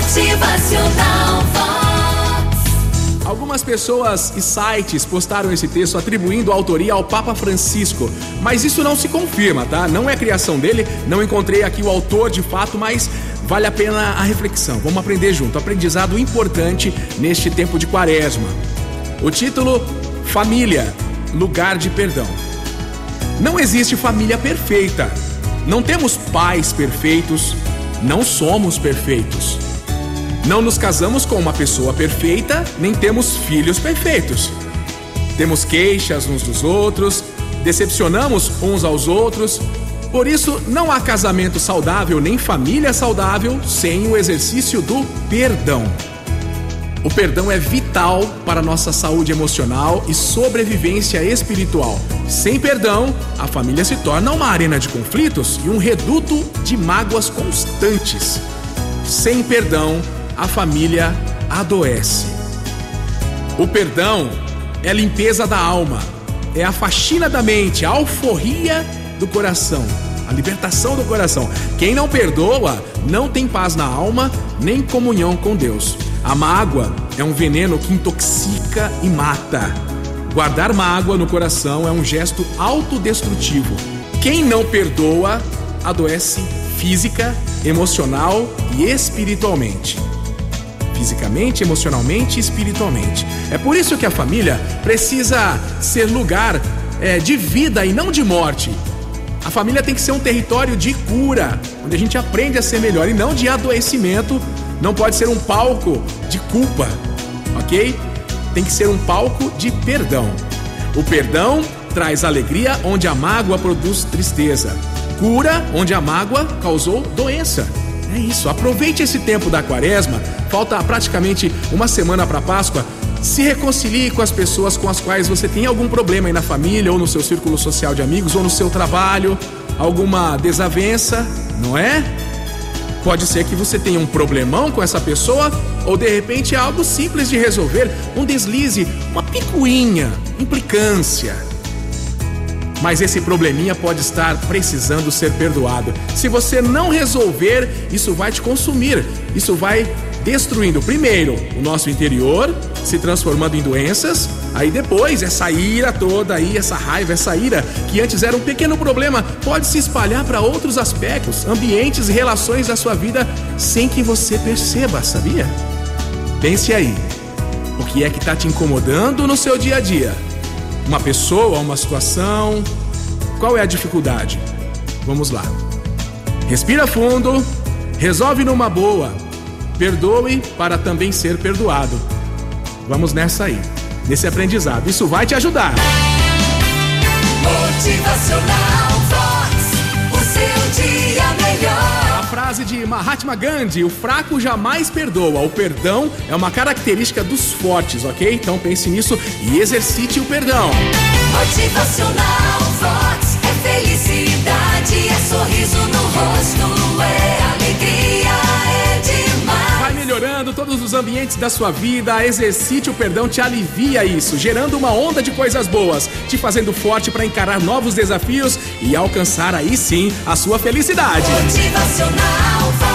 Motivacional Vox. Algumas pessoas e sites postaram esse texto atribuindo a autoria ao Papa Francisco, mas isso não se confirma, tá? Não é criação dele, não encontrei aqui o autor de fato, mas vale a pena a reflexão. Vamos aprender junto, aprendizado importante neste tempo de quaresma. O título: Família, lugar de perdão. Não existe família perfeita. Não temos pais perfeitos, não somos perfeitos. Não nos casamos com uma pessoa perfeita, nem temos filhos perfeitos. Temos queixas uns dos outros, decepcionamos uns aos outros. Por isso, não há casamento saudável nem família saudável sem o exercício do perdão. O perdão é vital para a nossa saúde emocional e sobrevivência espiritual. Sem perdão, a família se torna uma arena de conflitos e um reduto de mágoas constantes. Sem perdão, a família adoece. O perdão é a limpeza da alma, é a faxina da mente, a alforria do coração, a libertação do coração. Quem não perdoa não tem paz na alma, nem comunhão com Deus. A mágoa é um veneno que intoxica e mata. Guardar mágoa no coração é um gesto autodestrutivo. Quem não perdoa adoece física, emocional e espiritualmente. Fisicamente, emocionalmente e espiritualmente. É por isso que a família precisa ser lugar de vida e não de morte. A família tem que ser um território de cura, onde a gente aprende a ser melhor e não de adoecimento. Não pode ser um palco de culpa, ok? Tem que ser um palco de perdão. O perdão traz alegria onde a mágoa produz tristeza. Cura onde a mágoa causou doença. É isso, aproveite esse tempo da quaresma. Falta praticamente uma semana para a Páscoa. Se reconcilie com as pessoas com as quais você tem algum problema aí na família, ou no seu círculo social de amigos, ou no seu trabalho, alguma desavença, não é? Pode ser que você tenha um problemão com essa pessoa, ou de repente é algo simples de resolver, um deslize, uma picuinha, implicância. Mas esse probleminha pode estar precisando ser perdoado. Se você não resolver, isso vai te consumir, isso vai destruindo primeiro o nosso interior, se transformando em doenças. Aí depois, essa ira toda aí, essa raiva, essa ira, que antes era um pequeno problema, pode se espalhar para outros aspectos, ambientes e relações da sua vida sem que você perceba, sabia? Pense aí, o que é que está te incomodando no seu dia a dia? Uma pessoa, uma situação? Qual é a dificuldade? Vamos lá. Respira fundo, resolve numa boa, perdoe para também ser perdoado. Vamos nessa aí, nesse aprendizado. Isso vai te ajudar. Motivacional Vox, o seu dia melhor. A frase de Mahatma Gandhi: o fraco jamais perdoa. O perdão é uma característica dos fortes, ok? Então pense nisso e exercite o perdão. Motivacional Vox, é felicidade, é sorriso no rosto, é alegria, é demais. Vai melhorando todos os ambientes da sua vida. Exercite o perdão, te alivia isso, gerando uma onda de coisas boas, te fazendo forte para encarar novos desafios e alcançar aí sim a sua felicidade. Motivacional Vox.